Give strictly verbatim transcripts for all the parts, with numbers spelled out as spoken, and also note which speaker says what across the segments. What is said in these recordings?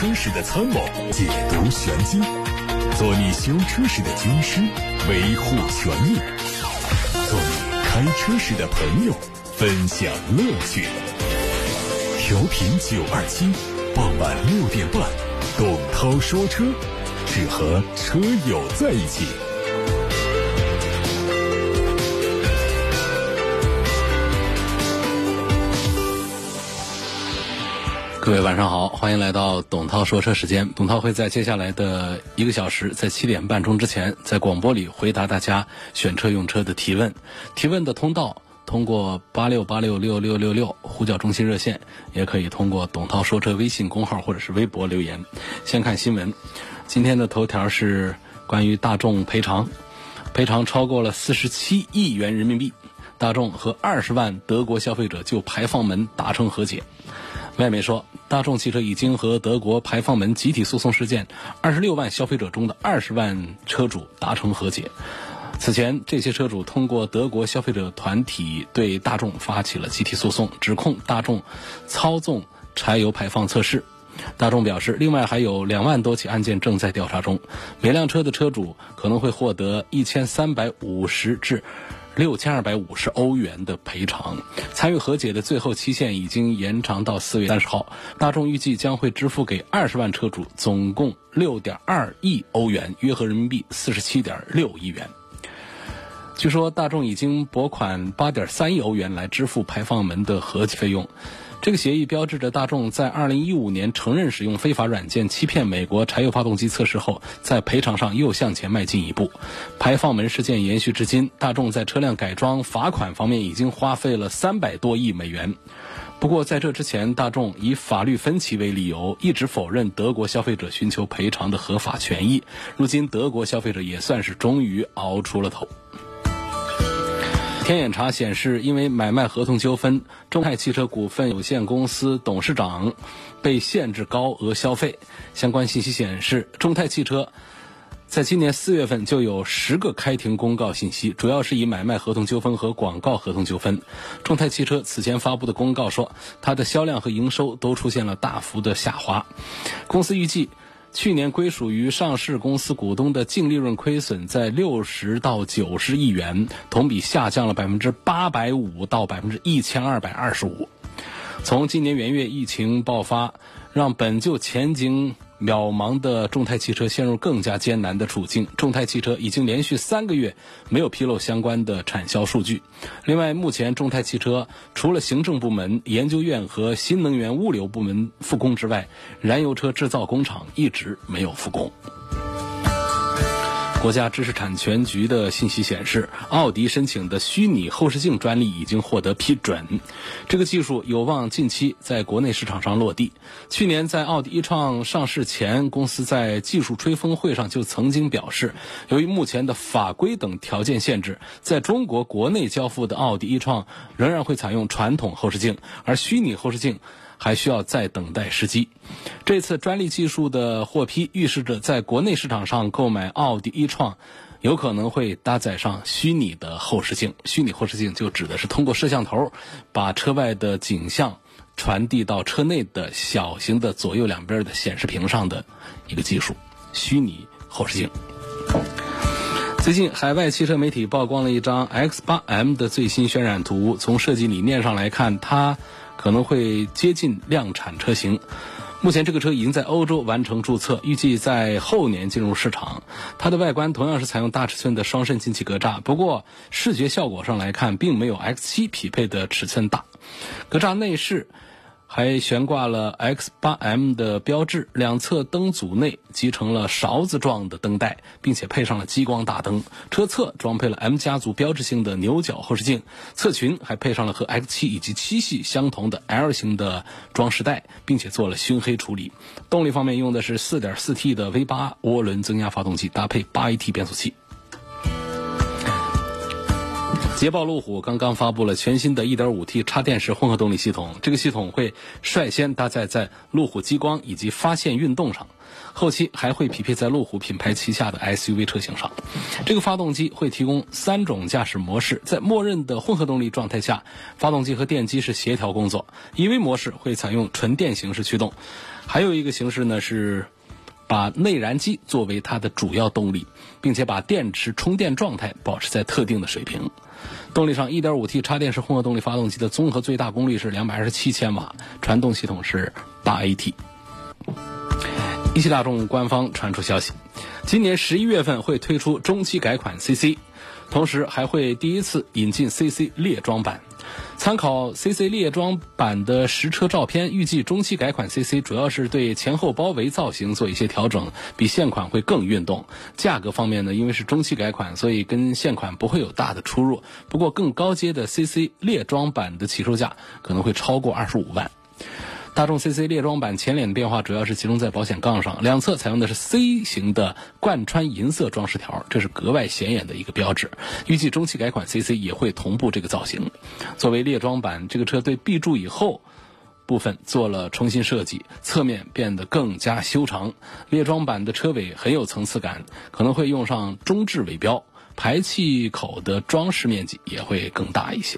Speaker 1: 车时的参谋，解读玄机，做你修车时的军师，维护权益，做你开车时的朋友，分享乐趣。调频九二七，傍晚六点半，董涛说车，只和车友在一起。
Speaker 2: 各位晚上好，欢迎来到董涛说车时间。董涛会在接下来的一个小时，在七点半钟之前，在广播里回答大家选车用车的提问。提问的通道通过八六八六六六六六呼叫中心热线，也可以通过董涛说车微信公号或者是微博留言。先看新闻，今天的头条是关于大众赔偿，赔偿超过了四十七亿元人民币，大众和二十万德国消费者就排放门达成和解。外媒说，大众汽车已经和德国排放门集体诉讼事件二十六万消费者中的二十万车主达成和解。此前，这些车主通过德国消费者团体对大众发起了集体诉讼，指控大众操纵柴油排放测试。大众表示，另外还有两万多起案件正在调查中，每辆车的车主可能会获得一千三百五十至六千二百五十欧元的赔偿。参与和解的最后期限已经延长到四月三十号。大众预计将会支付给二十万车主总共六点二亿欧元，约合人民币四十七点六亿元。据说大众已经拨款八点三亿欧元来支付排放门的和解费用。这个协议标志着大众在二零一五年承认使用非法软件欺骗美国柴油发动机测试后，在赔偿上又向前迈进一步。排放门事件延续至今，大众在车辆改装罚款方面已经花费了三百多亿美元。不过在这之前，大众以法律分歧为理由，一直否认德国消费者寻求赔偿的合法权益。如今德国消费者也算是终于熬出了头。天眼查显示，因为买卖合同纠纷，众泰汽车股份有限公司董事长被限制高额消费。相关信息显示，众泰汽车在今年四月份就有十个开庭公告信息，主要是以买卖合同纠纷和广告合同纠纷。众泰汽车此前发布的公告说，它的销量和营收都出现了大幅的下滑。公司预计去年归属于上市公司股东的净利润亏损在六十到九十亿元，同比下降了百分之八百五到百分之一千二百二十五。从今年元月疫情爆发，让本就前景渺茫的众泰汽车陷入更加艰难的处境。众泰汽车已经连续三个月没有披露相关的产销数据。另外，目前众泰汽车除了行政部门、研究院和新能源物流部门复工之外，燃油车制造工厂一直没有复工。国家知识产权局的信息显示，奥迪申请的虚拟后视镜专利已经获得批准，这个技术有望近期在国内市场上落地。去年在奥迪一创上市前，公司在技术吹风会上就曾经表示，由于目前的法规等条件限制，在中国国内交付的奥迪一创仍然会采用传统后视镜，而虚拟后视镜还需要再等待时机。这次专利技术的获批预示着在国内市场上购买奥迪一创有可能会搭载上虚拟的后视镜。虚拟后视镜就指的是通过摄像头把车外的景象传递到车内的小型的左右两边的显示屏上的一个技术，虚拟后视镜。最近海外汽车媒体曝光了一张 X 八 M 的最新渲染图，从设计理念上来看，它可能会接近量产车型。目前这个车已经在欧洲完成注册，预计在后年进入市场。它的外观同样是采用大尺寸的双肾进气格栅，不过视觉效果上来看，并没有 X 七 匹配的尺寸大。格栅内饰还悬挂了 X 八 M 的标志，两侧灯组内集成了勺子状的灯带，并且配上了激光大灯。车侧装配了 M 家族标志性的牛角后视镜，侧裙还配上了和 X 七 以及七系相同的 L 型的装饰带，并且做了熏黑处理。动力方面用的是 四点四 T 的 V 八 涡轮增压发动机，搭配 八 A T 变速器。 捷豹路虎刚刚发布了全新的 一点五 T 插电式混合动力系统，这个系统会率先搭载在路虎极光以及发现运动上，后期还会匹配在路虎品牌旗下的 S U V 车型上。这个发动机会提供三种驾驶模式，在默认的混合动力状态下，发动机和电机是协调工作。E V 模式会采用纯电形式驱动，还有一个形式呢是把内燃机作为它的主要动力，并且把电池充电状态保持在特定的水平。动力上 一点五 T 插电式混合动力发动机的综合最大功率是两百二十七千瓦，传动系统是八 A T。 一汽大众官方传出消息，今年十一月份会推出中期改款 C C， 同时还会第一次引进 C C 列装版。参考 C C 列装版的实车照片，预计中期改款 C C 主要是对前后包围造型做一些调整，比现款会更运动。价格方面呢，因为是中期改款，所以跟现款不会有大的出入。不过更高阶的 C C 列装版的起售价可能会超过二十五万。大众 C C 列装版前脸的变化主要是集中在保险杠上，两侧采用的是 C 型的贯穿银色装饰条，这是格外显眼的一个标志。预计中期改款 C C 也会同步这个造型。作为列装版，这个车对 B 柱以后部分做了重新设计，侧面变得更加修长。列装版的车尾很有层次感，可能会用上中置尾标，排气口的装饰面积也会更大一些。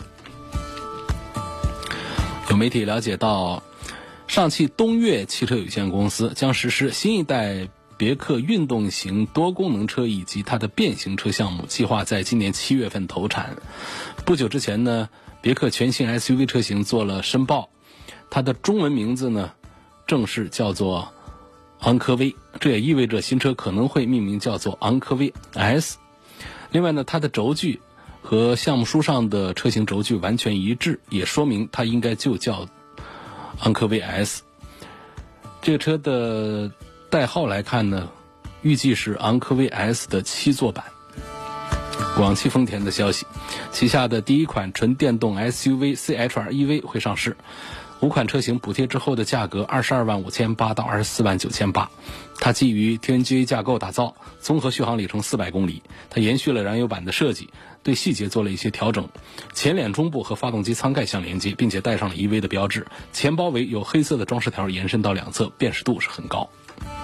Speaker 2: 有媒体了解到，上汽东岳汽车有限公司将实施新一代别克运动型多功能车以及它的变形车项目，计划在今年七月份投产。不久之前呢，别克全新 S U V 车型做了申报，它的中文名字呢正式叫做昂科威，这也意味着新车可能会命名叫做昂科威 S。 另外呢，它的轴距和项目书上的车型轴距完全一致，也说明它应该就叫昂科威 S。 这个车的代号来看呢，预计是昂科威 S 的七座版。广汽丰田的消息，旗下的第一款纯电动 S U V C H R E V 会上市，五款车型补贴之后的价格二十二万五千八到二十四万九千八。它基于 T N G A 架构打造，综合续航里程四百公里。它延续了燃油版的设计，对细节做了一些调整，前脸中部和发动机舱盖相连接，并且带上了 E V 的标志，前包围有黑色的装饰条延伸到两侧，辨识度是很高。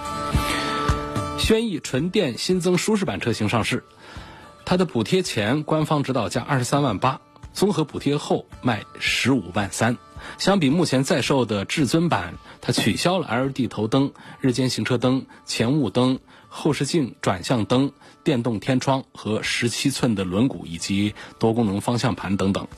Speaker 2: 轩逸纯电新增舒适版车型上市，它的补贴前官方指导价二十三万八，综合补贴后卖十五万三。相比目前在售的至尊版，它取消了 L E D 头灯、日间行车灯、前雾灯、后视镜转向灯、电动天窗和十七寸的轮毂以及多功能方向盘等等。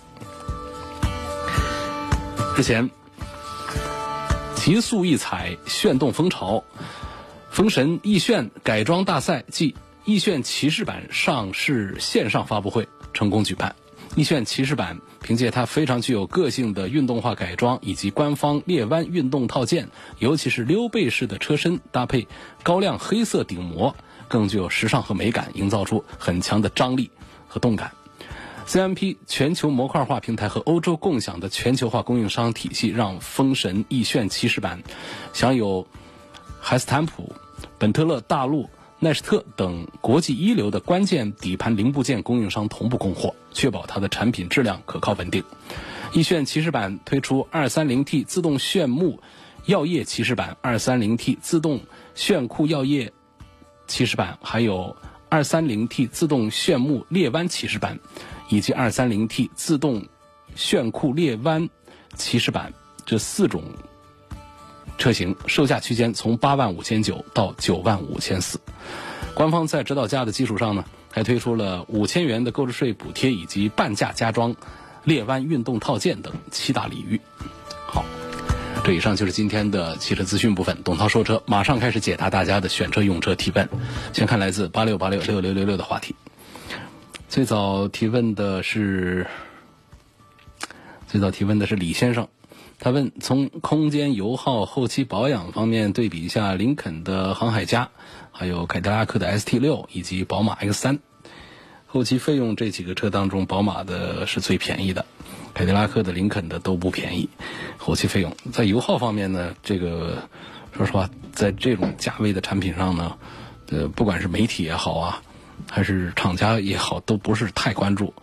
Speaker 2: 之前极速异彩，炫动风潮，风神奕炫改装大赛暨奕炫骑士版上市线上发布会成功举办。奕炫骑士版凭借它非常具有个性的运动化改装以及官方猎弯运动套件，尤其是溜背式的车身搭配高亮黑色顶膜，更具有时尚和美感，营造出很强的张力和动感。C M P 全球模块化平台和欧洲共享的全球化供应商体系，让风神奕炫骑士版享有海斯坦普、本特勒大陆、奈施特等国际一流的关键底盘零部件供应商同步供货，确保它的产品质量可靠稳定。奕炫骑士版推出 二三零 T 自动炫目耀夜骑士版、二三零 T 自动炫酷耀夜骑士版，还有 二三零 T 自动炫目猎弯骑士版，以及 二三零 T 自动炫酷猎弯骑士版，这四种车型售价区间从八万五千九到九万五千四。官方在指导价的基础上呢，还推出了五千元的购置税补贴以及半价加装猎弯运动套件等七大礼遇。好，这以上就是今天的汽车资讯部分。董涛说车马上开始解答大家的选车用车提问。先看来自八六八六六六六六的话题。最早提问的是最早提问的是李先生，他问，从空间、油耗、后期保养方面对比一下林肯的航海家，还有凯迪拉克的 S T 六 以及宝马 X 三。后期费用这几个车当中，宝马的是最便宜的，凯迪拉克的、林肯的都不便宜。后期费用在油耗方面呢，这个说实话，在这种价位的产品上呢，呃，不管是媒体也好啊，还是厂家也好，都不是太关注。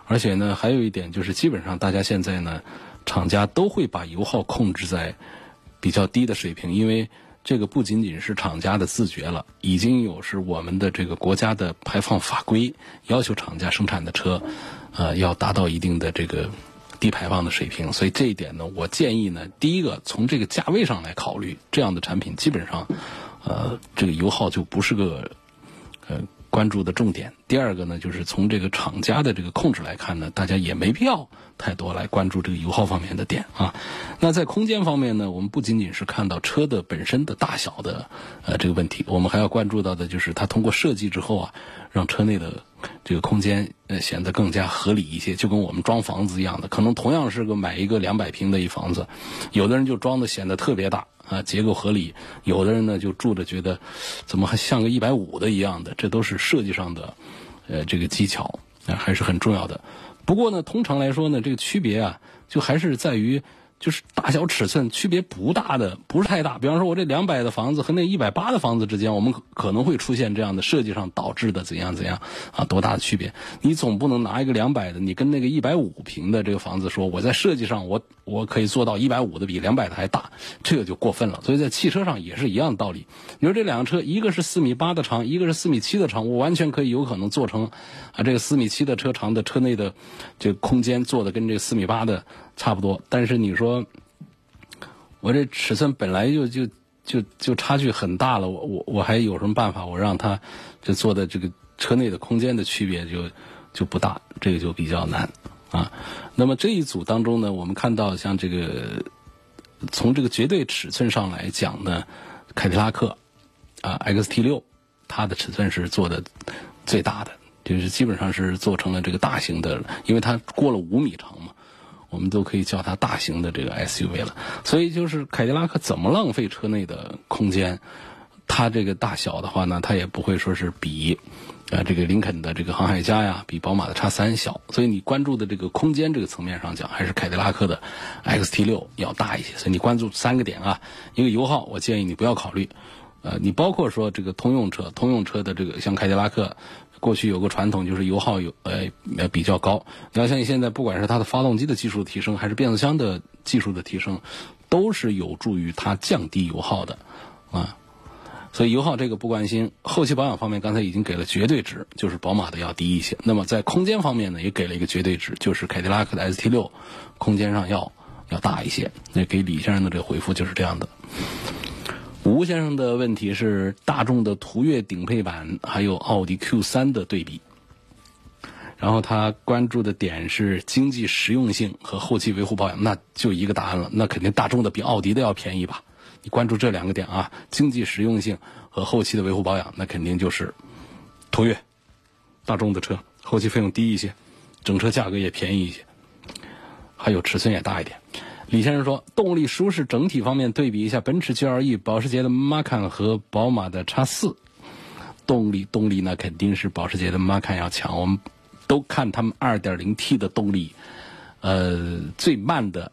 Speaker 2: 而且呢，还有一点就是，基本上大家现在呢，厂家都会把油耗控制在比较低的水平，因为这个不仅仅是厂家的自觉了，已经有是我们的这个国家的排放法规要求厂家生产的车，呃，要达到一定的这个低排放的水平。所以这一点呢，我建议呢，第一个从这个价位上来考虑，这样的产品基本上，呃，这个油耗就不是个呃关注的重点。第二个呢，就是从这个厂家的这个控制来看呢，大家也没必要太多来关注这个油耗方面的点啊。那在空间方面呢，我们不仅仅是看到车的本身的大小的呃这个问题，我们还要关注到的就是它通过设计之后啊，让车内的这个空间呃显得更加合理一些，就跟我们装房子一样的，可能同样是个买一个两百平的一房子，有的人就装的显得特别大啊，结构合理，有的人呢就住着觉得怎么还像个一百五的一样的，这都是设计上的呃这个技巧啊，还是很重要的。不过呢，通常来说呢，这个区别啊，就还是在于就是大小尺寸区别不大的，不是太大。比方说，我这两百的房子和那一百八的房子之间，我们可能会出现这样的设计上导致的怎样怎样啊，多大的区别？你总不能拿一个两百的，你跟那个一百五平的这个房子说，我在设计上我我可以做到一百五的比两百的还大，这个就过分了。所以在汽车上也是一样的道理。比如这两个车，一个是四米八的长，一个是四米七的长，我完全可以有可能做成啊这个四米七的车长的车内的这个空间做的跟这个四米八的差不多，但是你说我这尺寸本来就就就就差距很大了，我我我还有什么办法？我让它就做的这个车内的空间的区别就就不大，这个就比较难啊。那么这一组当中呢，我们看到像这个从这个绝对尺寸上来讲呢，凯迪拉克啊 X T 六 它的尺寸是做的最大的，就是基本上是做成了这个大型的，因为它过了五米长嘛。我们都可以叫它大型的这个 S U V 了，所以就是凯迪拉克怎么浪费车内的空间，它这个大小的话呢，它也不会说是比呃这个林肯的这个航海家呀，比宝马的 X 三 小，所以你关注的这个空间这个层面上讲，还是凯迪拉克的 X T 六 要大一些。所以你关注三个点啊，一个油耗，我建议你不要考虑，呃，你包括说这个通用车，通用车的这个像凯迪拉克。过去有个传统，就是油耗有呃呃比较高。你要相信现在，不管是它的发动机的技术提升，还是变速箱的技术的提升，都是有助于它降低油耗的啊。所以油耗这个不关心。后期保养方面，刚才已经给了绝对值，就是宝马的要低一些。那么在空间方面呢，也给了一个绝对值，就是凯迪拉克的 S T 六 空间上要要大一些。那给李先生的这个回复就是这样的。吴先生的问题是大众的途岳顶配版还有奥迪 Q 三 的对比，然后他关注的点是经济实用性和后期维护保养，那就一个答案了，那肯定大众的比奥迪的要便宜吧。你关注这两个点啊，经济实用性和后期的维护保养，那肯定就是途岳大众的车，后期费用低一些，整车价格也便宜一些，还有尺寸也大一点。李先生说，动力舒适整体方面对比一下奔驰 G L E、保时捷的 Macan 和宝马的 X 四， 动力动力呢肯定是保时捷的 Macan 要强。我们都看他们 二点零 T 的动力，呃，最慢的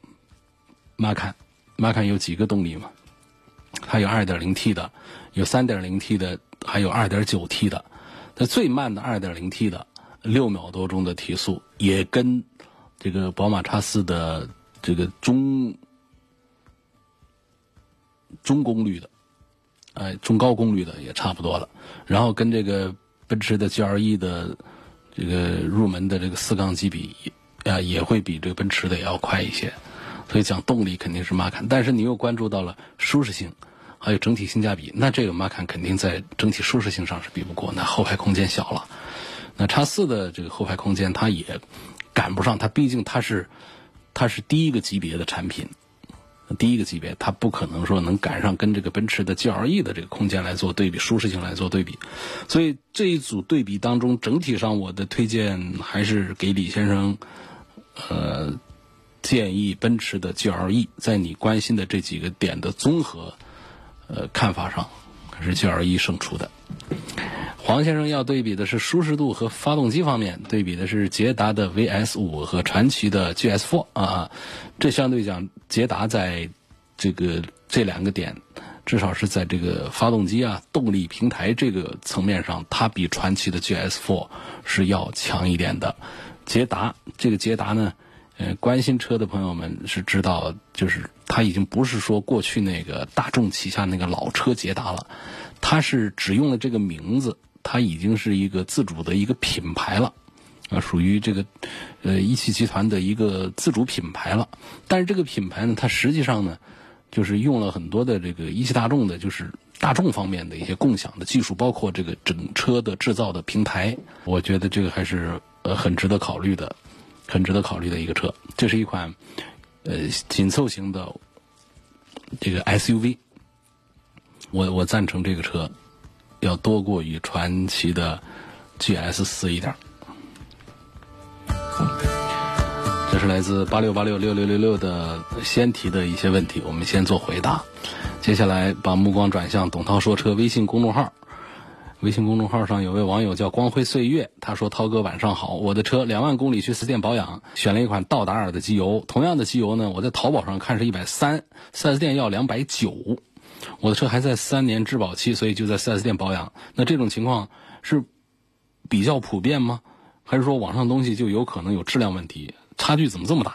Speaker 2: Macan Macan 有几个动力嘛？它有 二点零 T 的，有 三点零 T 的，还有 二点九 T 的。那最慢的 二点零 T 的六秒多钟的提速，也跟这个宝马 X 四 的这个中中功率的，哎，中高功率的也差不多了。然后跟这个奔驰的 G L E 的这个入门的这个四缸机比，啊，也会比这个奔驰的也要快一些。所以讲动力肯定是 Macan， 但是你又关注到了舒适性，还有整体性价比，那这个 Macan 肯定在整体舒适性上是比不过，那后排空间小了。那 X 四 的这个后排空间它也赶不上，它毕竟它是它是第一个级别的产品，第一个级别它不可能说能赶上跟这个奔驰的 G L E 的这个空间来做对比，舒适性来做对比。所以这一组对比当中，整体上我的推荐还是给李先生呃建议奔驰的 G L E， 在你关心的这几个点的综合呃看法上，还是 G L E 胜出的。黄先生要对比的是舒适度和发动机方面，对比的是捷达的 V S 五 和传祺的 G S 四 啊，这相对讲，捷达在这个这两个点，至少是在这个发动机啊、动力平台这个层面上，它比传祺的 G S 四 是要强一点的。 捷达，这个捷达呢，呃，关心车的朋友们是知道，就是它已经不是说过去那个大众旗下那个老车捷达了，它是只用了这个名字，它已经是一个自主的一个品牌了，啊，属于这个呃一汽集团的一个自主品牌了。但是这个品牌呢，它实际上呢，就是用了很多的这个一汽大众的，就是大众方面的一些共享的技术，包括这个整车的制造的平台，我觉得这个还是呃很值得考虑的，很值得考虑的一个车。这是一款呃紧凑型的这个 S U V， 我我赞成这个车要多过于传祺的 G S 四一点。这是来自八六八六六六六六的先提的一些问题，我们先做回答。接下来把目光转向董涛说车微信公众号。微信公众号上有位网友叫光辉岁月，他说：涛哥晚上好，我的车两万公里去四 S 店保养，选了一款道达尔的机油，同样的机油呢，我在淘宝上看是一百三十，四 S 店要两百九十，我的车还在三年质保期，所以就在四 S 店保养。那这种情况是比较普遍吗？还是说网上东西就有可能有质量问题？差距怎么这么大？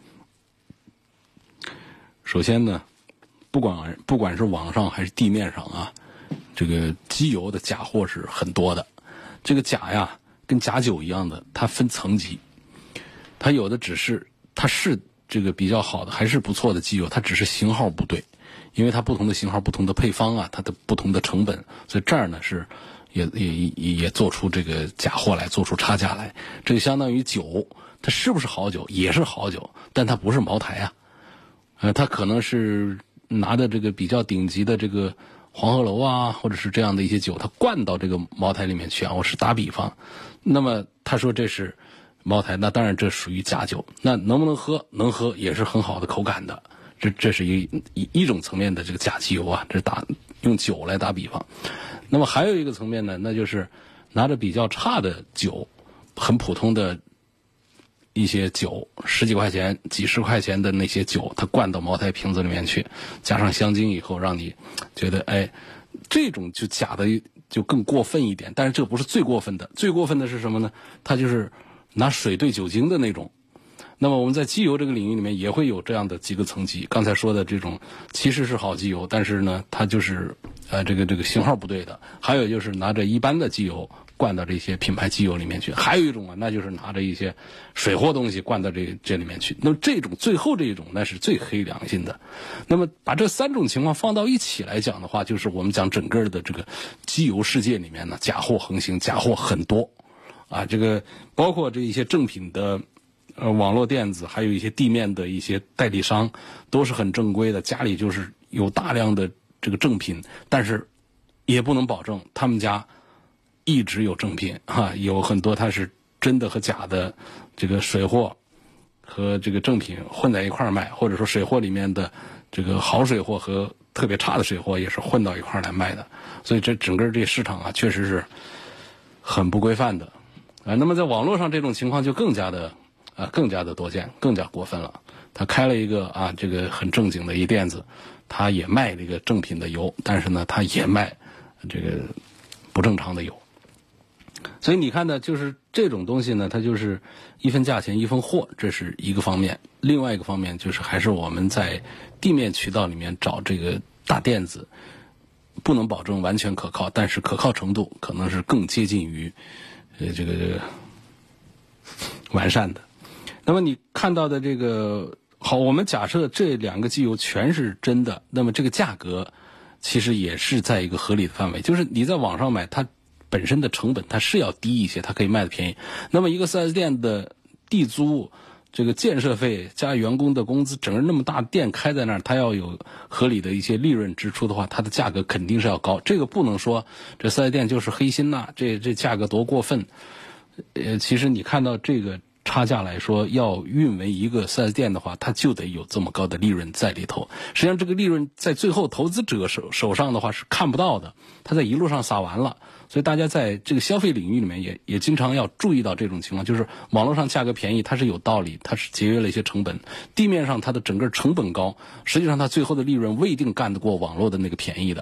Speaker 2: 首先呢，不管不管是网上还是地面上啊，这个机油的假货是很多的。这个假呀，跟假酒一样的，它分层级。它有的只是它是这个比较好的，还是不错的机油，它只是型号不对，因为它不同的型号、不同的配方啊，它的不同的成本，所以这儿呢是也也也也做出这个假货来，做出差价来。这就相当于酒。它是不是好酒？也是好酒，但它不是茅台啊，呃，它可能是拿的这个比较顶级的这个黄鹤楼啊，或者是这样的一些酒，它灌到这个茅台里面去啊。我是打比方，那么他说这是茅台，那当然这属于假酒。那能不能喝？能喝，也是很好的口感的。这这是一一一种层面的这个假机油啊，这打用酒来打比方。那么还有一个层面呢，那就是拿着比较差的酒，很普通的一些酒，十几块钱、几十块钱的那些酒，它灌到茅台瓶子里面去，加上香精以后，让你觉得，哎，这种就假的就更过分一点。但是这不是最过分的，最过分的是什么呢？它就是拿水兑酒精的那种。那么我们在机油这个领域里面也会有这样的几个层级。刚才说的这种其实是好机油，但是呢，它就是呃这个这个型号不对的。还有就是拿着一般的机油灌到这些品牌机油里面去，还有一种啊，那就是拿着一些水货东西灌到这这里面去。那么这种最后这一种那是最黑良心的。那么把这三种情况放到一起来讲的话，就是我们讲整个的这个机油世界里面呢，假货横行，假货很多啊。这个包括这一些正品的呃网络电子，还有一些地面的一些代理商，都是很正规的，家里就是有大量的这个正品，但是也不能保证他们家一直有正品啊，有很多它是真的和假的，这个水货和这个正品混在一块儿卖，或者说水货里面的这个好水货和特别差的水货也是混到一块儿来卖的，所以这整个这市场啊，确实是很不规范的啊。那么在网络上这种情况就更加的啊，更加的多见，更加过分了。他开了一个啊，这个很正经的一店子，他也卖这个正品的油，但是呢，他也卖这个不正常的油。所以你看呢，就是这种东西呢，它就是一分价钱一分货，这是一个方面。另外一个方面就是还是我们在地面渠道里面找这个大店子，不能保证完全可靠，但是可靠程度可能是更接近于呃这个这个完善的。那么你看到的这个好，我们假设这两个机油全是真的，那么这个价格其实也是在一个合理的范围，就是你在网上买它本身的成本它是要低一些，它可以卖的便宜。那么一个 四 S 店的地租、这个建设费加员工的工资，整个那么大店开在那儿，它要有合理的一些利润支出的话，它的价格肯定是要高。这个不能说这 四 S 店就是黑心呐、啊，这这价格多过分。呃，其实你看到这个差价来说，要运为一个 四 S 店的话，它就得有这么高的利润在里头。实际上这个利润在最后投资者手手上的话是看不到的，它在一路上撒完了。所以大家在这个消费领域里面也也经常要注意到这种情况，就是网络上价格便宜它是有道理，它是节约了一些成本，地面上它的整个成本高，实际上它最后的利润未必干得过网络的那个便宜的。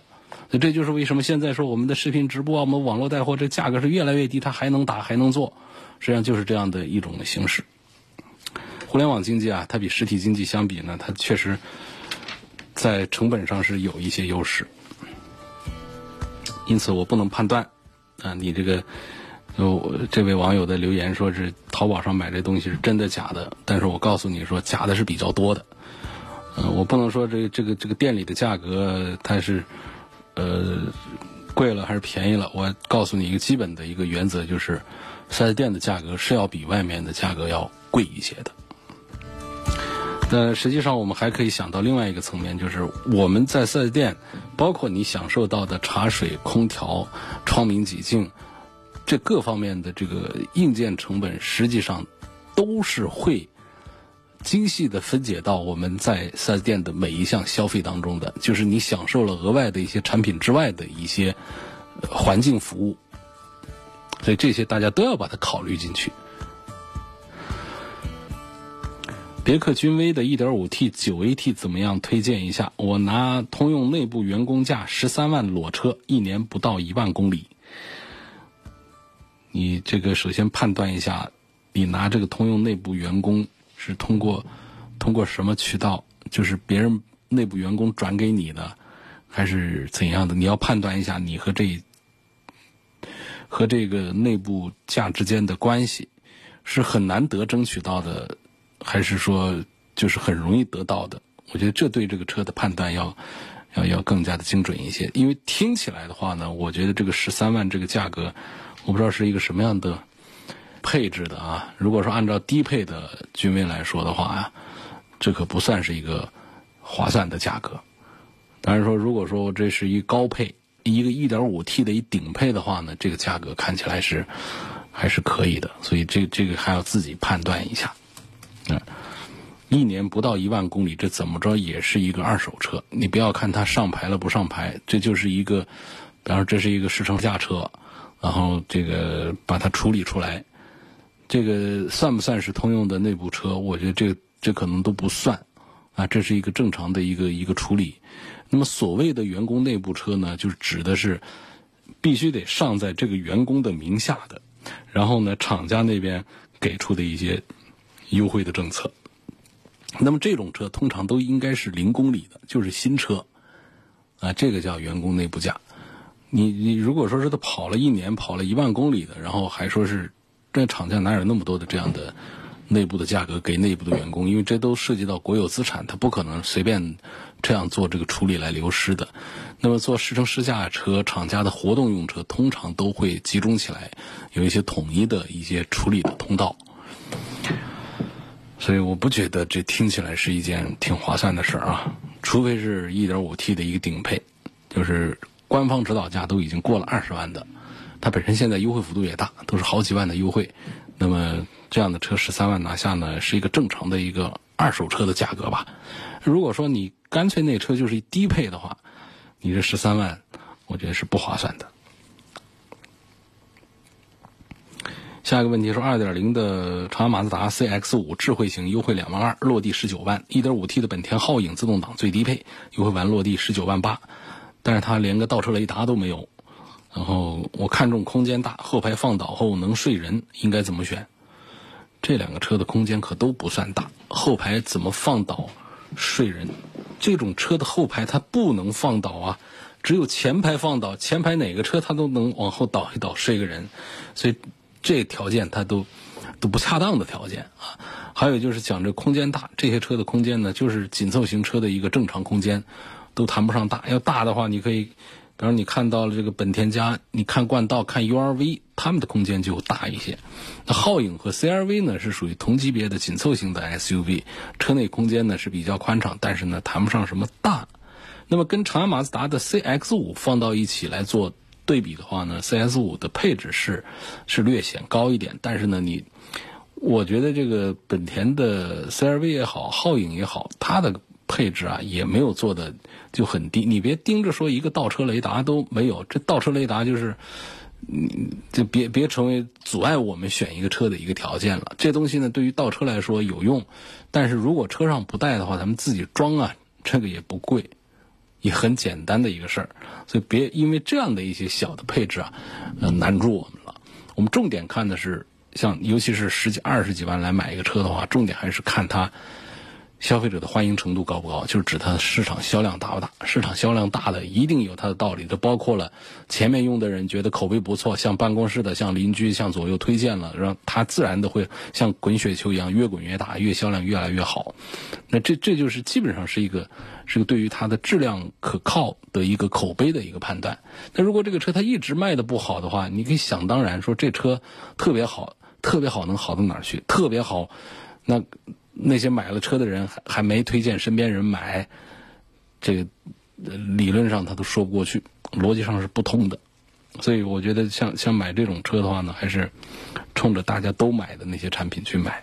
Speaker 2: 所以这就是为什么现在说我们的视频直播啊，我们网络带货这价格是越来越低，它还能打还能做，实际上就是这样的一种形式。互联网经济啊，它比实体经济相比呢，它确实在成本上是有一些优势。因此我不能判断啊，你这个有这位网友的留言说是淘宝上买这东西是真的假的，但是我告诉你说假的是比较多的。呃，我不能说这这个这个店里的价格它是呃贵了还是便宜了，我告诉你一个基本的一个原则，就是四 S 店的价格是要比外面的价格要贵一些的。那实际上我们还可以想到另外一个层面，就是我们在四 S 店，包括你享受到的茶水、空调、窗明几净，这各方面的这个硬件成本，实际上都是会精细的分解到我们在四 S 店的每一项消费当中的，就是你享受了额外的一些产品之外的一些环境服务，所以这些大家都要把它考虑进去。别克君威的 一点五 T 九 A T 怎么样？推荐一下。我拿通用内部员工价十三万裸车，一年不到一万公里。你这个首先判断一下，你拿这个通用内部员工是通过通过什么渠道？就是别人内部员工转给你的，还是怎样的？你要判断一下你和这和这个内部价之间的关系，是很难得争取到的，还是说就是很容易得到的？我觉得这对这个车的判断要要要更加的精准一些。因为听起来的话呢，我觉得这个十三万这个价格，我不知道是一个什么样的配置的啊。如果说按照低配的君威来说的话啊，这可不算是一个划算的价格。当然说，如果说这是一高配，一个 一点五 T 的一顶配的话呢，这个价格看起来是还是可以的。所以这这个还要自己判断一下。嗯，一年不到一万公里，这怎么着也是一个二手车。你不要看它上牌了不上牌，这就是一个，比方说这是一个试乘价车，然后这个把它处理出来，这个算不算是通用的内部车？我觉得这这可能都不算啊，这是一个正常的一个一个处理。那么所谓的员工内部车呢，就是指的是必须得上在这个员工的名下的，然后呢，厂家那边给出的一些优惠的政策。那么这种车通常都应该是零公里的，就是新车啊，这个叫员工内部价。你你如果说是他跑了一年跑了一万公里的，然后还说是这厂家哪有那么多的这样的内部的价格给内部的员工？因为这都涉及到国有资产，他不可能随便这样做这个处理来流失的。那么做试乘试驾车，厂家的活动用车通常都会集中起来，有一些统一的一些处理的通道。所以我不觉得这听起来是一件挺划算的事儿啊，除非是 一点五 T 的一个顶配，就是官方指导价都已经过了二十万的，它本身现在优惠幅度也大，都是好几万的优惠。那么这样的车十三万拿下呢，是一个正常的一个二手车的价格吧。如果说你干脆那车就是低配的话，你这十三万我觉得是不划算的。下一个问题说 二点零 的长安马自达 C X 五 智慧型优惠两万二，落地十九万 一点五 T 的本田皓影自动挡最低配优惠完落地十九万八，但是它连个倒车雷达都没有。然后我看中空间大，后排放倒后能睡人，应该怎么选？这两个车的空间可都不算大，后排怎么放倒睡人？这种车的后排它不能放倒啊，只有前排放倒，前排哪个车它都能往后倒一倒睡个人，所以这条件它都都不恰当的条件啊。还有就是讲这空间大，这些车的空间呢，就是紧凑型车的一个正常空间，都谈不上大。要大的话，你可以，比方你看到了这个本田家，你看冠道、看 U R V， 他们的空间就大一些。那皓影和 C R V 呢，是属于同级别的紧凑型的 S U V， 车内空间呢是比较宽敞，但是呢谈不上什么大。那么跟长安马自达的 C X 五 放到一起来做对比的话呢 ，C X 五 的配置是是略显高一点，但是呢，你我觉得这个本田的 C R V 也好，皓影也好，它的配置啊也没有做的就很低。你别盯着说一个倒车雷达都没有，这倒车雷达就是嗯，就别别成为阻碍我们选一个车的一个条件了。这东西呢，对于倒车来说有用，但是如果车上不带的话，咱们自己装啊，这个也不贵也很简单的一个事儿，所以别因为这样的一些小的配置啊，呃，难住我们了。我们重点看的是，像尤其是十几、二十几万来买一个车的话，重点还是看它消费者的欢迎程度高不高，就是指它市场销量大不大。市场销量大的一定有它的道理，这包括了前面用的人觉得口碑不错，像办公室的、像邻居、像左右推荐了，让它自然的会像滚雪球一样越滚越大，越销量越来越好。那这这就是基本上是一个是个对于它的质量可靠的一个口碑的一个判断。那如果这个车它一直卖的不好的话，你可以想当然说这车特别好，特别好能好到哪儿去？特别好，那那些买了车的人还还没推荐身边人买，这个理论上他都说不过去，逻辑上是不通的。所以我觉得像像买这种车的话呢，还是冲着大家都买的那些产品去买。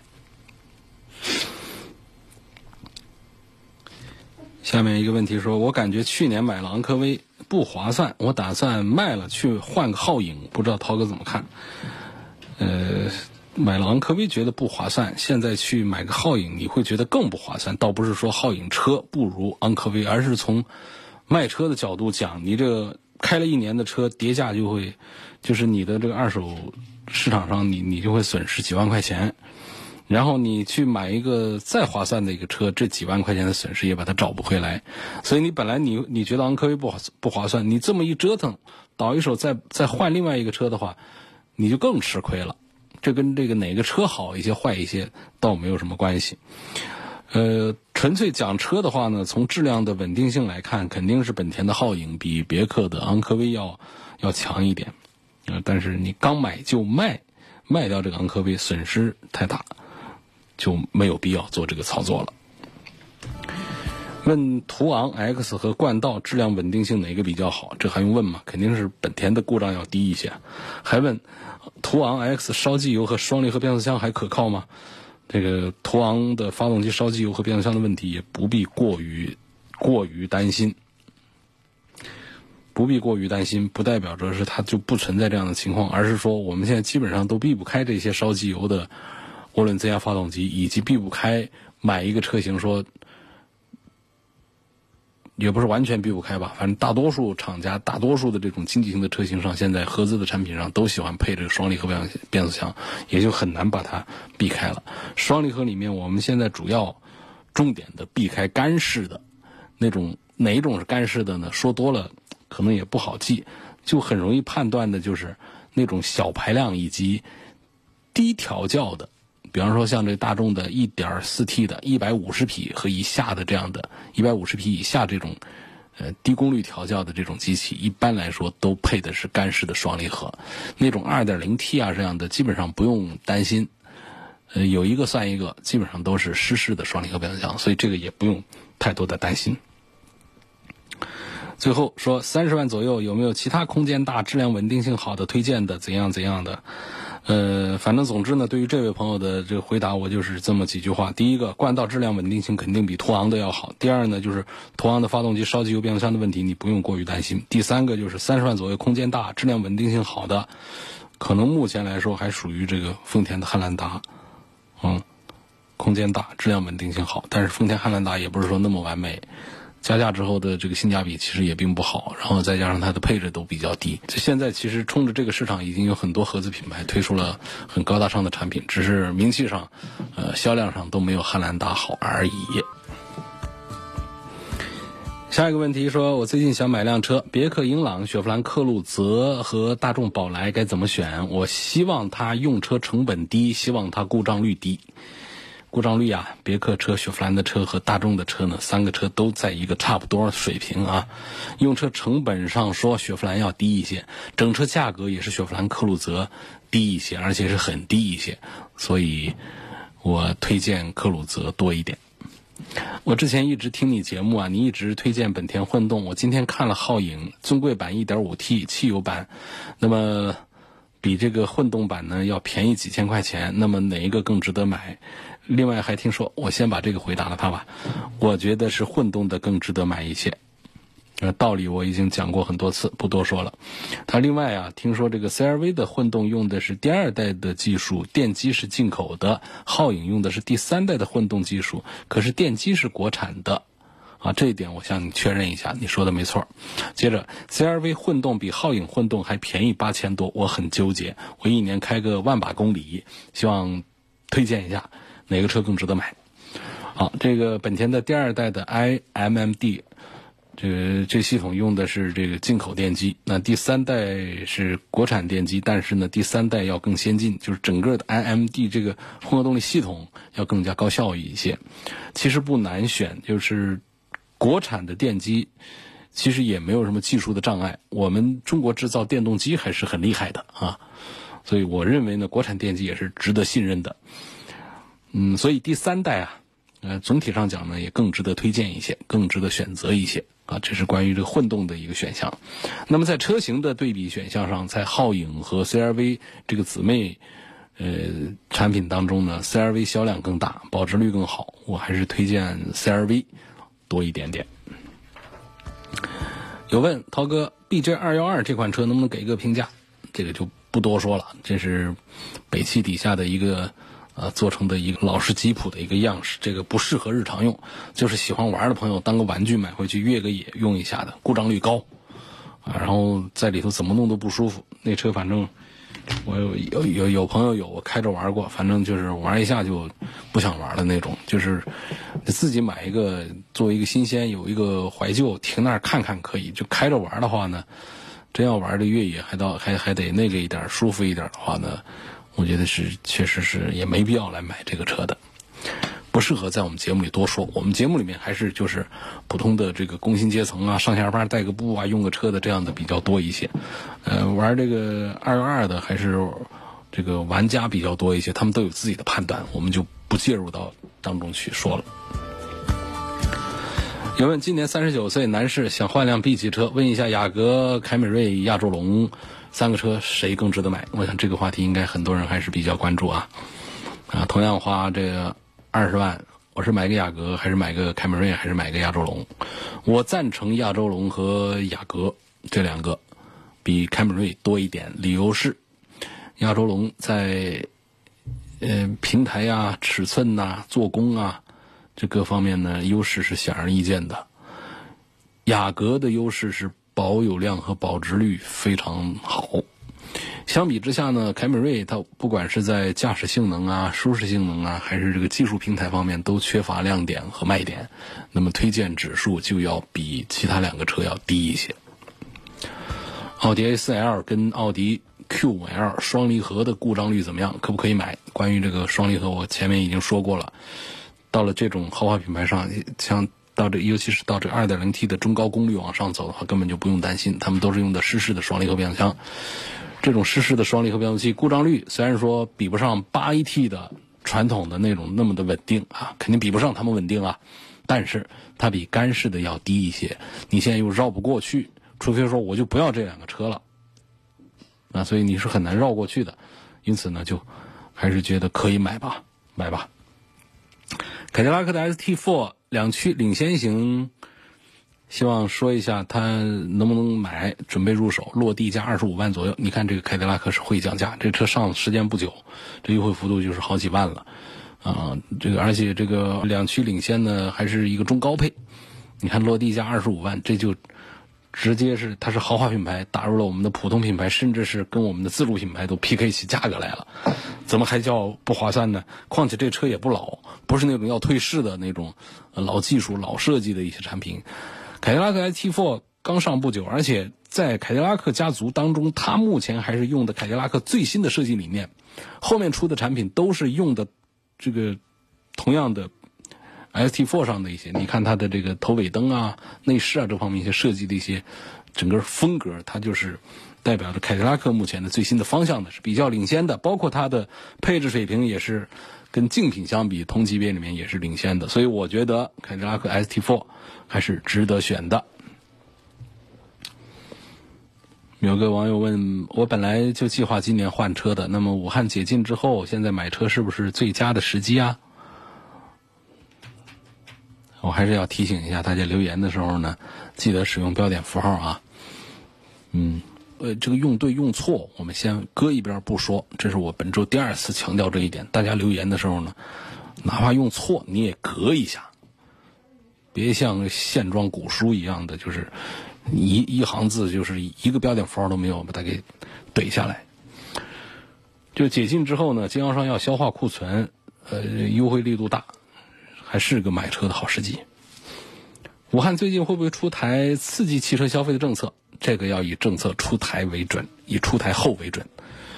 Speaker 2: 下面一个问题说，我感觉去年买了昂科威不划算，我打算卖了去换个皓影，不知道涛哥怎么看？呃。买了昂科威觉得不划算，现在去买个皓影你会觉得更不划算。倒不是说皓影车不如昂科威，而是从卖车的角度讲，你这个开了一年的车跌价就会，就是你的这个二手市场上你你就会损失几万块钱，然后你去买一个再划算的一个车，这几万块钱的损失也把它找不回来。所以你本来你你觉得昂科威不不划算，你这么一折腾倒一手再再换另外一个车的话，你就更吃亏了。这跟这个哪个车好一些坏一些倒没有什么关系。呃，纯粹讲车的话呢，从质量的稳定性来看，肯定是本田的皓影比别克的昂科威要要强一点。呃，但是你刚买就卖，卖掉这个昂科威损失太大，就没有必要做这个操作了。问途昂 X 和冠道质量稳定性哪个比较好？这还用问吗？肯定是本田的故障要低一些。还问途昂 X 烧机油和双离合变速箱还可靠吗？这个途昂的发动机烧机油和变速箱的问题也不必过于过于担心，不必过于担心，不代表着是它就不存在这样的情况，而是说我们现在基本上都避不开这些烧机油的涡轮增压发动机，以及避不开买一个车型说。也不是完全避不开吧，反正大多数厂家、大多数的这种经济型的车型上，现在合资的产品上都喜欢配这个双离合变变速箱，也就很难把它避开了。双离合里面，我们现在主要重点的避开干式的那种，哪一种是干式的呢？说多了可能也不好记，就很容易判断的就是那种小排量以及低调教的。比方说像这大众的 一点四 T 的一百五十匹和以下的这样的一百五十匹以下这种呃低功率调教的这种机器，一般来说都配的是干式的双离合。那种 二点零 T 啊这样的基本上不用担心，呃有一个算一个，基本上都是湿式的双离合变速箱，所以这个也不用太多的担心。最后说三十万左右有没有其他空间大、质量稳定性好的推荐的，怎样怎样的？呃，反正总之呢，对于这位朋友的这个回答，我就是这么几句话。第一个，冠道质量稳定性肯定比途昂的要好。第二呢，就是途昂的发动机烧机油变速箱的问题，你不用过于担心。第三个就是三十万左右空间大、质量稳定性好的，可能目前来说还属于这个丰田的汉兰达，嗯，空间大、质量稳定性好，但是丰田汉兰达也不是说那么完美。加价之后的这个性价比其实也并不好，然后再加上它的配置都比较低。现在其实冲着这个市场已经有很多合资品牌推出了很高大上的产品，只是名气上呃销量上都没有汉兰达好而已。下一个问题说，我最近想买辆车，别克英朗、雪佛兰科鲁泽和大众宝来该怎么选？我希望它用车成本低，希望它故障率低。故障率啊，别克车、雪佛兰的车和大众的车呢，三个车都在一个差不多水平啊。用车成本上说，雪佛兰要低一些，整车价格也是雪佛兰科鲁泽低一些，而且是很低一些，所以我推荐科鲁泽多一点。我之前一直听你节目啊，你一直推荐本田混动，我今天看了皓影尊贵版 一点五 T 汽油版，那么比这个混动版呢要便宜几千块钱，那么哪一个更值得买？另外还听说，我先把这个回答了他吧，我觉得是混动的更值得买一些。呃，道理我已经讲过很多次，不多说了。他另外啊，听说这个 C R V 的混动用的是第二代的技术，电机是进口的；皓影用的是第三代的混动技术，可是电机是国产的。 啊，这一点我向你确认一下，你说的没错。接着 C R V 混动比皓影混动还便宜八千多，我很纠结，我一年开个万把公里，希望推荐一下哪个车更值得买。好，这个本田的第二代的 I M M D， 这个这系统用的是这个进口电机，那第三代是国产电机，但是呢第三代要更先进，就是整个的 I M M D 这个混合动力系统要更加高效一些。其实不难选，就是国产的电机其实也没有什么技术的障碍，我们中国制造电动机还是很厉害的啊，所以我认为呢，国产电机也是值得信任的。嗯，所以第三代啊，呃，总体上讲呢，也更值得推荐一些，更值得选择一些啊。这是关于这个混动的一个选项。那么在车型的对比选项上，在皓影和 C R V 这个姊妹呃产品当中呢 ，C R V 销量更大，保值率更好，我还是推荐 C R V 多一点点。有问涛哥 B J 二一二这款车能不能给一个评价？这个就不多说了，这是北汽底下的一个呃做成的一个老式吉普的一个样式，这个不适合日常用，就是喜欢玩的朋友当个玩具买回去越个野用一下的，故障率高啊，然后在里头怎么弄都不舒服。那车反正我有有有有朋友有我开着玩过，反正就是玩一下就不想玩的那种，就是自己买一个作为一个新鲜，有一个怀旧，停那儿看看可以，就开着玩的话呢，真要玩的越野还到还还得那个一点舒服一点的话呢，我觉得是确实是也没必要来买这个车的，不适合在我们节目里多说。我们节目里面还是就是普通的这个工薪阶层啊，上下班带个步啊，用个车的这样的比较多一些。呃，玩这个二幺二的还是这个玩家比较多一些，他们都有自己的判断，我们就不介入到当中去说了。有问今年三十九岁男士想换辆 B 级车，问一下雅阁、凯美瑞、亚洲龙三个车谁更值得买？我想这个话题应该很多人还是比较关注啊。啊，同样花这个二十万，我是买个雅阁还是买个凯美瑞还是买个亚洲龙？我赞成亚洲龙和雅阁这两个比凯美瑞多一点，理由是亚洲龙在呃平台啊、尺寸啊、做工啊这各方面呢优势是显而易见的。雅阁的优势是保有量和保值率非常好。相比之下呢，凯美瑞它不管是在驾驶性能啊、舒适性能啊，还是这个技术平台方面都缺乏亮点和卖点，那么推荐指数就要比其他两个车要低一些。奥迪 A 四 L 跟奥迪 Q 五 L 双离合的故障率怎么样？可不可以买？关于这个双离合我前面已经说过了，到了这种豪华品牌上，像到这尤其是到这 二点零 T 的中高功率往上走的话，根本就不用担心，他们都是用的湿式的双离合变速箱。这种湿式的双离合变速器故障率虽然说比不上 八 A T 的传统的那种那么的稳定啊，肯定比不上他们稳定啊，但是它比干式的要低一些，你现在又绕不过去，除非说我就不要这两个车了，那所以你是很难绕过去的，因此呢就还是觉得可以买吧买吧。凯迪拉克的 S T 四 两驱领先型，希望说一下它能不能买，准备入手，落地价二十五万左右。你看这个凯迪拉克是会降价，这车上时间不久，这优惠幅度就是好几万了啊！这个而且这个两驱领先呢还是一个中高配，你看落地价二十五万，这就直接是它是豪华品牌打入了我们的普通品牌，甚至是跟我们的自主品牌都 P K 起价格来了，怎么还叫不划算呢？况且这车也不老，不是那种要退市的那种老技术老设计的一些产品。凯迪拉克 S T 四 刚上不久，而且在凯迪拉克家族当中，它目前还是用的凯迪拉克最新的设计理念，后面出的产品都是用的这个同样的 S T 四 上的一些，你看它的这个头尾灯啊、内饰啊这方面一些设计的一些整个风格，它就是代表着凯迪拉克目前的最新的方向的，是比较领先的，包括它的配置水平也是跟竞品相比同级别里面也是领先的，所以我觉得凯迪拉克 S T 四 还是值得选的。有个网友问，我本来就计划今年换车的，那么武汉解禁之后，现在买车是不是最佳的时机啊？我还是要提醒一下大家，留言的时候呢，记得使用标点符号啊。嗯，呃，这个用对用错，我们先搁一边不说，这是我本周第二次强调这一点。大家留言的时候呢，哪怕用错，你也隔一下。 别像线装古书一样的，就是一一行字就是一个标点符号都没有把它给怼下来。就解禁之后呢，经销商要消化库存，呃，优惠力度大，还是个买车的好时机。武汉最近会不会出台刺激汽车消费的政策？这个要以政策出台为准，以出台后为准。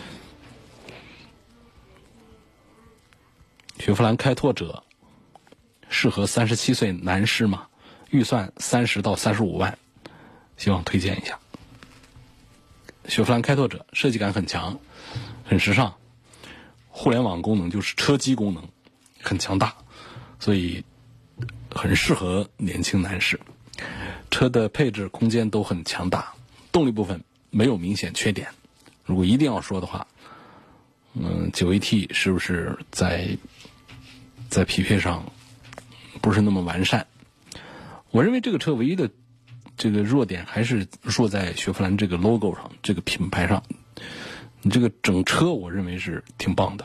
Speaker 2: 雪佛兰开拓者适合三十七岁男士吗？预算三十到三十五万，希望推荐一下。雪佛兰开拓者设计感很强，很时尚，互联网功能就是车机功能很强大，所以很适合年轻男士。车的配置空间都很强大，动力部分没有明显缺点。如果一定要说的话，嗯 ，九 A T 是不是在在匹配上不是那么完善？我认为这个车唯一的这个弱点还是弱在雪佛兰这个 logo 上，这个品牌上。你这个整车我认为是挺棒的。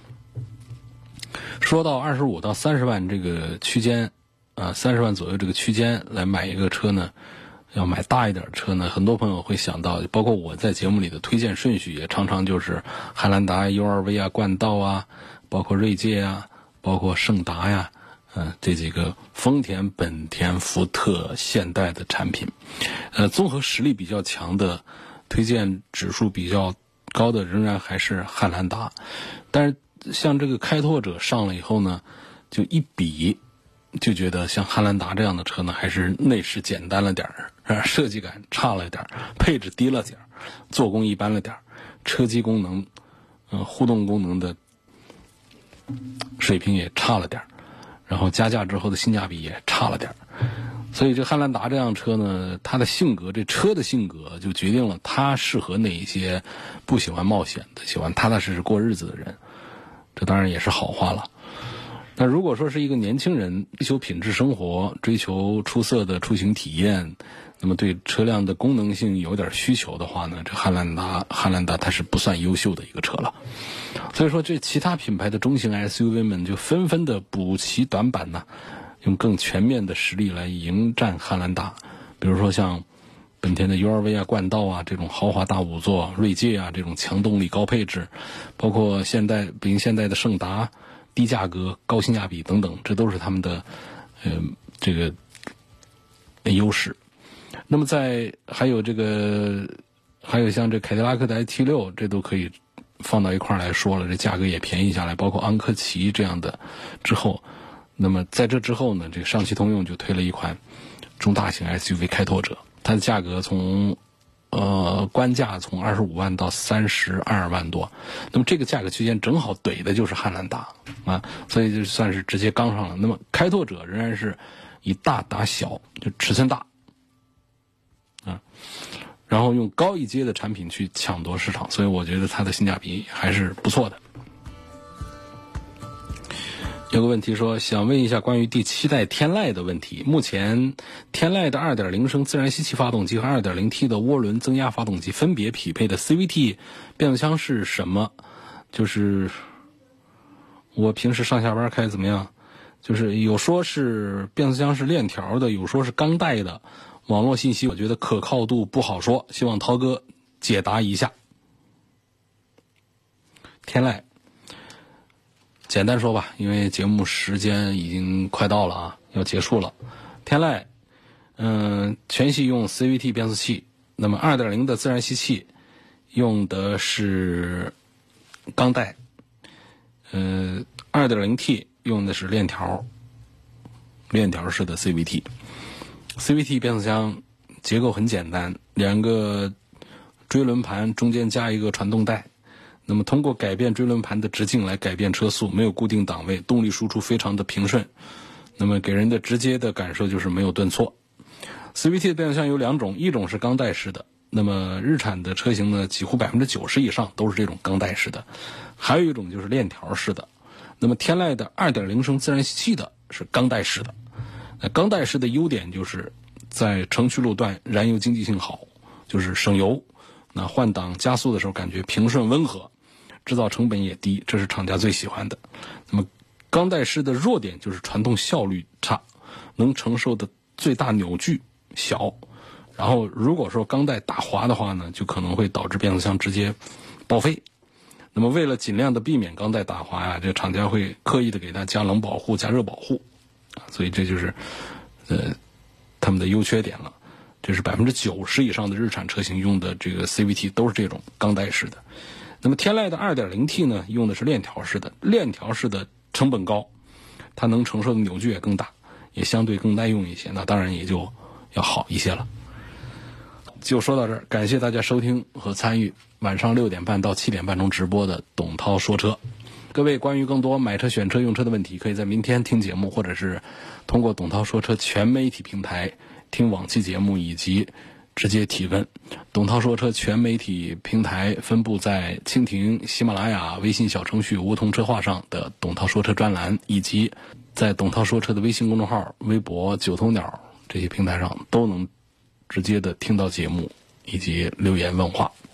Speaker 2: 说到二十五到三十万这个区间啊，三十万左右这个区间来买一个车呢，要买大一点的车呢，很多朋友会想到，包括我在节目里的推荐顺序也常常就是汉兰达 U R V 啊、冠道啊，包括锐界啊，包括胜达呀，嗯、呃，这几个丰田、本田、福特、现代的产品，呃，综合实力比较强的，推荐指数比较高的仍然还是汉兰达，但是像这个开拓者上了以后呢，就一比就觉得像汉兰达这样的车呢，还是内饰简单了点儿，设计感差了点儿，配置低了点儿，做工一般了点儿，车机功能、呃互动功能的水平也差了点儿，然后加价之后的性价比也差了点儿。所以这汉兰达这辆车呢，它的性格，这车的性格就决定了它适合哪一些不喜欢冒险的、喜欢踏踏实实过日子的人。这当然也是好话了。那如果说是一个年轻人追求品质生活，追求出色的出行体验，那么对车辆的功能性有点需求的话呢，这汉兰达汉兰达它是不算优秀的一个车了。所以说这其他品牌的中型 S U V 们就纷纷的补齐短板呢，用更全面的实力来迎战汉兰达。比如说像本田的 U R V 啊、冠道啊这种豪华大五座，锐界啊这种强动力高配置，包括现代北京现代的胜达，低价格高性价比等等，这都是他们的呃这个优势。那么在还有这个还有像这凯迪拉克的 I T 六，这都可以放到一块来说了，这价格也便宜下来，包括昂科旗这样的之后，那么在这之后呢，这个上汽通用就推了一款中大型 S U V 开拓者，它的价格从呃官价从二十五万到三十二万多，那么这个价格区间正好怼的就是汉兰达啊，所以就算是直接刚上了。那么开拓者仍然是以大打小，就尺寸大啊，然后用高一阶的产品去抢夺市场，所以我觉得它的性价比还是不错的。有个问题说，想问一下关于第七代天籁的问题。目前天籁的 二点零 升自然吸气发动机和 二点零 T 的涡轮增压发动机分别匹配的 C V T 变速箱是什么？就是我平时上下班开怎么样？就是有说是变速箱是链条的，有说是钢带的，网络信息我觉得可靠度不好说，希望涛哥解答一下。天籁简单说吧，因为节目时间已经快到了啊，要结束了。天籁，嗯，全系用 C V T 变速器，那么 二点零 的自然吸气用的是钢带，呃 二点零 T 用的是链条，链条式的 C V T。C V T 变速箱结构很简单，两个追轮盘中间加一个传动带。那么通过改变追轮盘的直径来改变车速，没有固定档位，动力输出非常的平顺，那么给人的直接的感受就是没有顿挫。 C V T 的变速箱有两种，一种是钢带式的，那么日产的车型呢几乎 百分之九十 以上都是这种钢带式的，还有一种就是链条式的。那么天籁的 二点零 升自然吸气的是钢带式的，那钢带式的优点就是在城区路段燃油经济性好，就是省油，那换挡加速的时候感觉平顺温和，制造成本也低，这是厂家最喜欢的。那么钢带式的弱点就是传动效率差， 能承受的最大扭矩小。然后如果说钢带打滑的话呢，就可能会导致变速箱直接报废。那么为了尽量的避免钢带打滑呀、啊，这个厂家会刻意的给它加冷保护、加热保护，所以这就是呃他们的优缺点了。这是百分之九十以上的日产车型用的这个 C V T 都是这种钢带式的。那么天籁的 二点零 T 呢，用的是链条式的，链条式的成本高，它能承受的扭矩也更大，也相对更耐用一些，那当然也就要好一些了。就说到这儿，感谢大家收听和参与晚上六点半到七点半钟直播的董涛说车。各位关于更多买车、选车、用车的问题，可以在明天听节目，或者是通过董涛说车全媒体平台听往期节目以及直接提问。董涛说车全媒体平台分布在蜻蜓、喜马拉雅、微信小程序梧桐车话上的董涛说车专栏，以及在董涛说车的微信公众号、微博、九头鸟这些平台上都能直接的听到节目以及留言问话。